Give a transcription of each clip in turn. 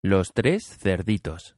Los tres cerditos.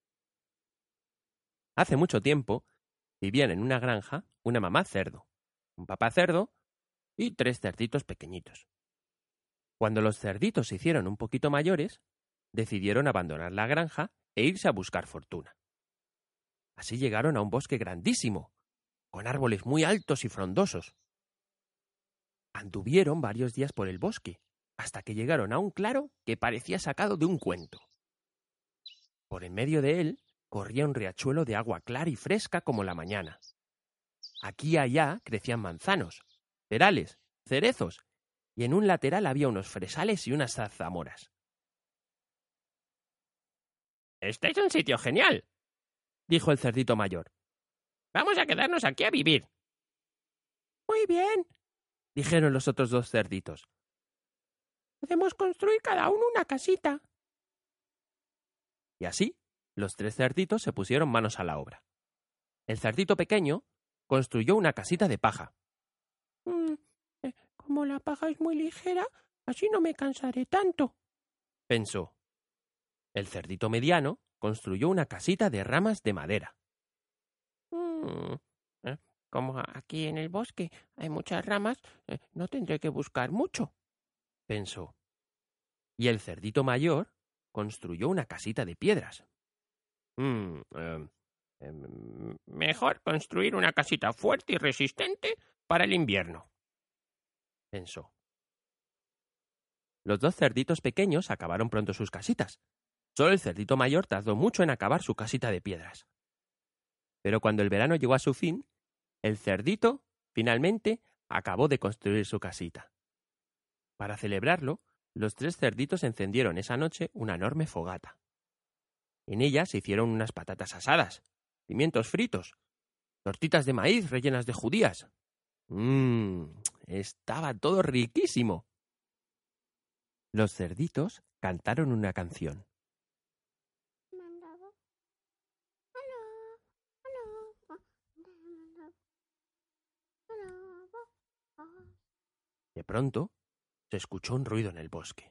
Hace mucho tiempo vivían en una granja una mamá cerdo, un papá cerdo y tres cerditos pequeñitos. Cuando los cerditos se hicieron un poquito mayores, decidieron abandonar la granja e irse a buscar fortuna. Así llegaron a un bosque grandísimo, con árboles muy altos y frondosos. Anduvieron varios días por el bosque, hasta que llegaron a un claro que parecía sacado de un cuento. Por en medio de él corría un riachuelo de agua clara y fresca como la mañana. Aquí y allá crecían manzanos, perales, cerezos, y en un lateral había unos fresales y unas zarzamoras. «Este es un sitio genial», dijo el cerdito mayor. «Vamos a quedarnos aquí a vivir». «Muy bien», dijeron los otros dos cerditos. «Podemos construir cada uno una casita». Y así, los tres cerditos se pusieron manos a la obra. El cerdito pequeño construyó una casita de paja. Como la paja es muy ligera, así no me cansaré tanto, pensó. El cerdito mediano construyó una casita de ramas de madera. Como aquí en el bosque hay muchas ramas, no tendré que buscar mucho, pensó. Y el cerdito mayor construyó una casita de piedras. Mejor construir una casita fuerte y resistente para el invierno, pensó. Los dos cerditos pequeños acabaron pronto sus casitas. Solo el cerdito mayor tardó mucho en acabar su casita de piedras. Pero cuando el verano llegó a su fin, el cerdito, finalmente, acabó de construir su casita. Para celebrarlo, los tres cerditos encendieron esa noche una enorme fogata. En ella se hicieron unas patatas asadas, pimientos fritos, tortitas de maíz rellenas de judías. Estaba todo riquísimo. Los cerditos cantaron una canción. De pronto, se escuchó un ruido en el bosque.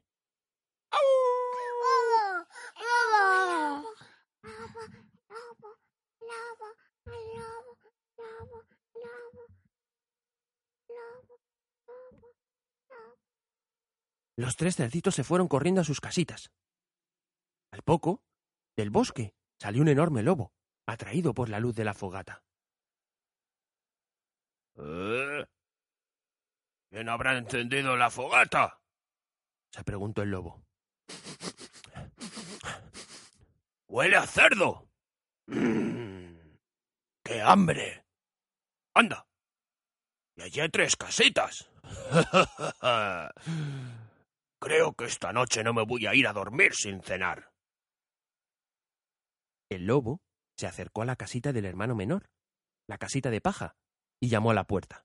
Los tres cerditos se fueron corriendo a sus casitas. Al poco, del bosque salió un enorme lobo, atraído por la luz de la fogata. ¿Quién habrá encendido la fogata?, se preguntó el lobo. ¡Huele a cerdo! ¡Qué hambre! ¡Anda! Y allí hay tres casitas. Creo que esta noche no me voy a ir a dormir sin cenar. El lobo se acercó a la casita del hermano menor, la casita de paja, y llamó a la puerta.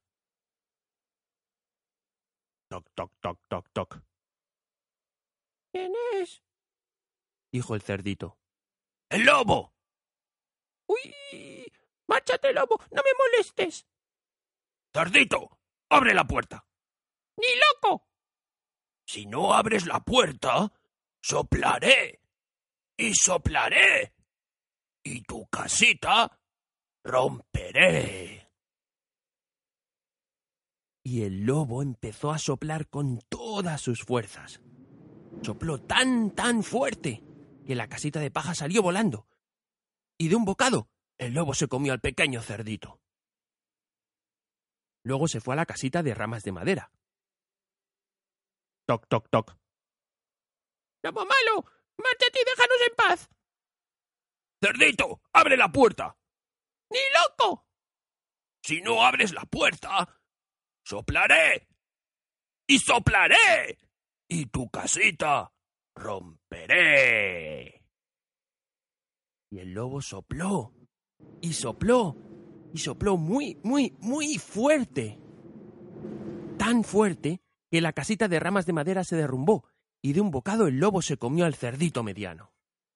Toc, toc, toc, toc, toc. ¿Quién es?, dijo el cerdito. ¡El lobo! ¡Uy! ¡Márchate, lobo! ¡No me molestes! ¡Cerdito! ¡Abre la puerta! ¡Ni loco! Si no abres la puerta, soplaré y soplaré y tu casita romperé. Y el lobo empezó a soplar con todas sus fuerzas. Sopló tan fuerte que la casita de paja salió volando. Y de un bocado, el lobo se comió al pequeño cerdito. Luego se fue a la casita de ramas de madera. Toc, toc, toc. ¡Lobo malo! ¡Márchate y déjanos en paz! ¡Cerdito! ¡Abre la puerta! ¡Ni loco! Si no abres la puerta, soplaré y soplaré y tu casita romperé. Y el lobo sopló y sopló y sopló muy fuerte. Tan fuerte que la casita de ramas de madera se derrumbó y de un bocado el lobo se comió al cerdito mediano.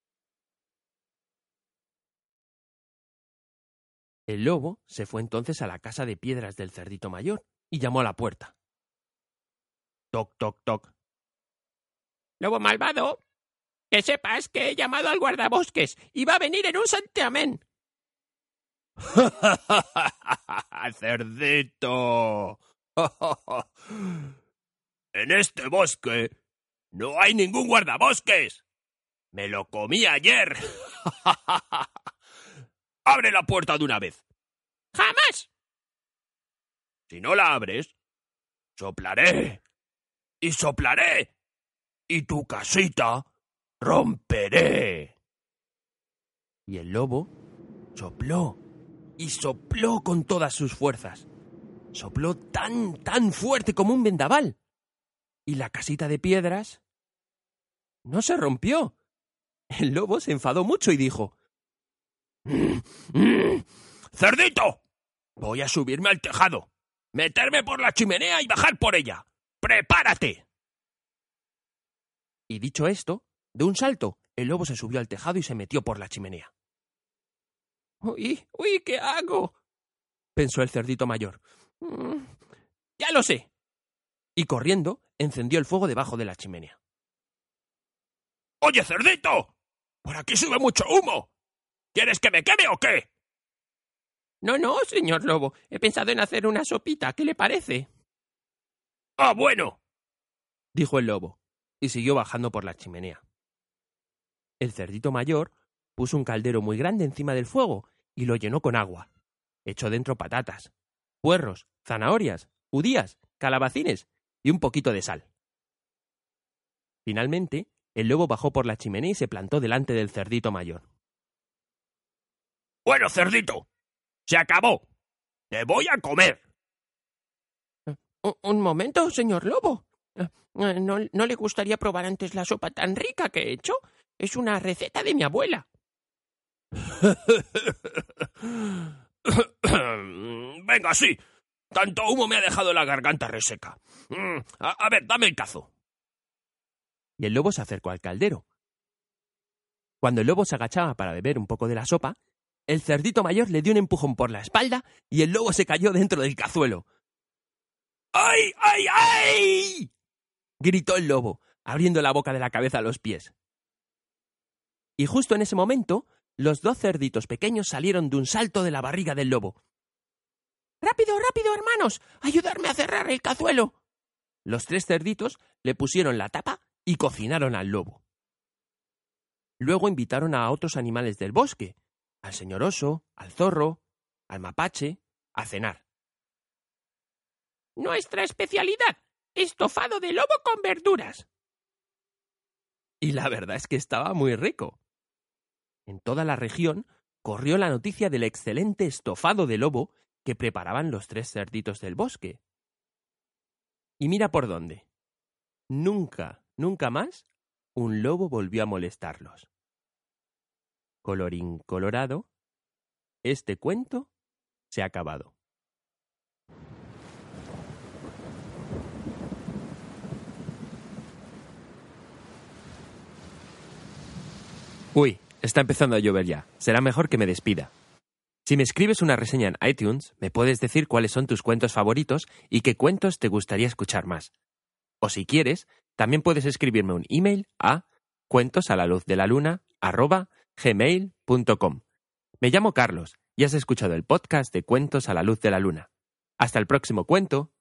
El lobo se fue entonces a la casa de piedras del cerdito mayor y llamó a la puerta. Toc, toc, toc. «Lobo malvado, Que sepas que he llamado al guardabosques y va a venir en un santiamén. ¡Cerdito! En este bosque no hay ningún guardabosques. Me lo comí ayer. ¡Abre la puerta de una vez! ¡Jamás! Si no la abres, soplaré y soplaré y tu casita romperé. Y el lobo sopló y sopló con todas sus fuerzas. Sopló tan fuerte como un vendaval. Y la casita de piedras no se rompió. El lobo se enfadó mucho y dijo: ¡Cerdito! Voy a subirme al tejado, meterme por la chimenea y bajar por ella. ¡Prepárate! Y dicho esto, de un salto, el lobo se subió al tejado y se metió por la chimenea. ¡Uy, qué hago!, pensó el cerdito mayor. ¡Ya lo sé! Y corriendo, encendió el fuego debajo de la chimenea. ¡Oye, cerdito! ¡Por aquí sube mucho humo! ¿Quieres que me queme o qué? No, señor lobo. He pensado en hacer una sopita. ¿Qué le parece? ¡Ah, bueno!, dijo el lobo, y siguió bajando por la chimenea. El cerdito mayor puso un caldero muy grande encima del fuego y lo llenó con agua. Echó dentro patatas, puerros, zanahorias, judías, calabacines y un poquito de sal. Finalmente, el lobo bajó por la chimenea y se plantó delante del cerdito mayor. Bueno, cerdito, se acabó. Te voy a comer. Un momento, señor lobo. ¿No le gustaría probar antes la sopa tan rica que he hecho? Es una receta de mi abuela. Venga, sí. Tanto humo me ha dejado la garganta reseca. A ver, dame el cazo. Y el lobo se acercó al caldero. Cuando el lobo se agachaba para beber un poco de la sopa, el cerdito mayor le dio un empujón por la espalda y el lobo se cayó dentro del cazuelo. ¡Ay, ay, ay!, gritó el lobo, abriendo la boca de la cabeza a los pies. Y justo en ese momento, los 2 cerditos pequeños salieron de un salto de la barriga del lobo. ¡Rápido, rápido, hermanos! ¡Ayudarme a cerrar el cazuelo! Los 3 cerditos le pusieron la tapa y cocinaron al lobo. Luego invitaron a otros animales del bosque, al señor oso, al zorro, al mapache, a cenar. ¡Nuestra especialidad! ¡Estofado de lobo con verduras! Y la verdad es que estaba muy rico. En toda la región corrió la noticia del excelente estofado de lobo que preparaban los 3 cerditos del bosque. Y mira por dónde. Nunca más, un lobo volvió a molestarlos. Colorín colorado, este cuento se ha acabado. Uy, está empezando a llover ya. Será mejor que me despida. Si me escribes una reseña en iTunes, me puedes decir cuáles son tus cuentos favoritos y qué cuentos te gustaría escuchar más. O si quieres, también puedes escribirme un email a cuentosalaluzdelaluna@gmail.com. Me llamo Carlos y has escuchado el podcast de Cuentos a la Luz de la Luna. Hasta el próximo cuento.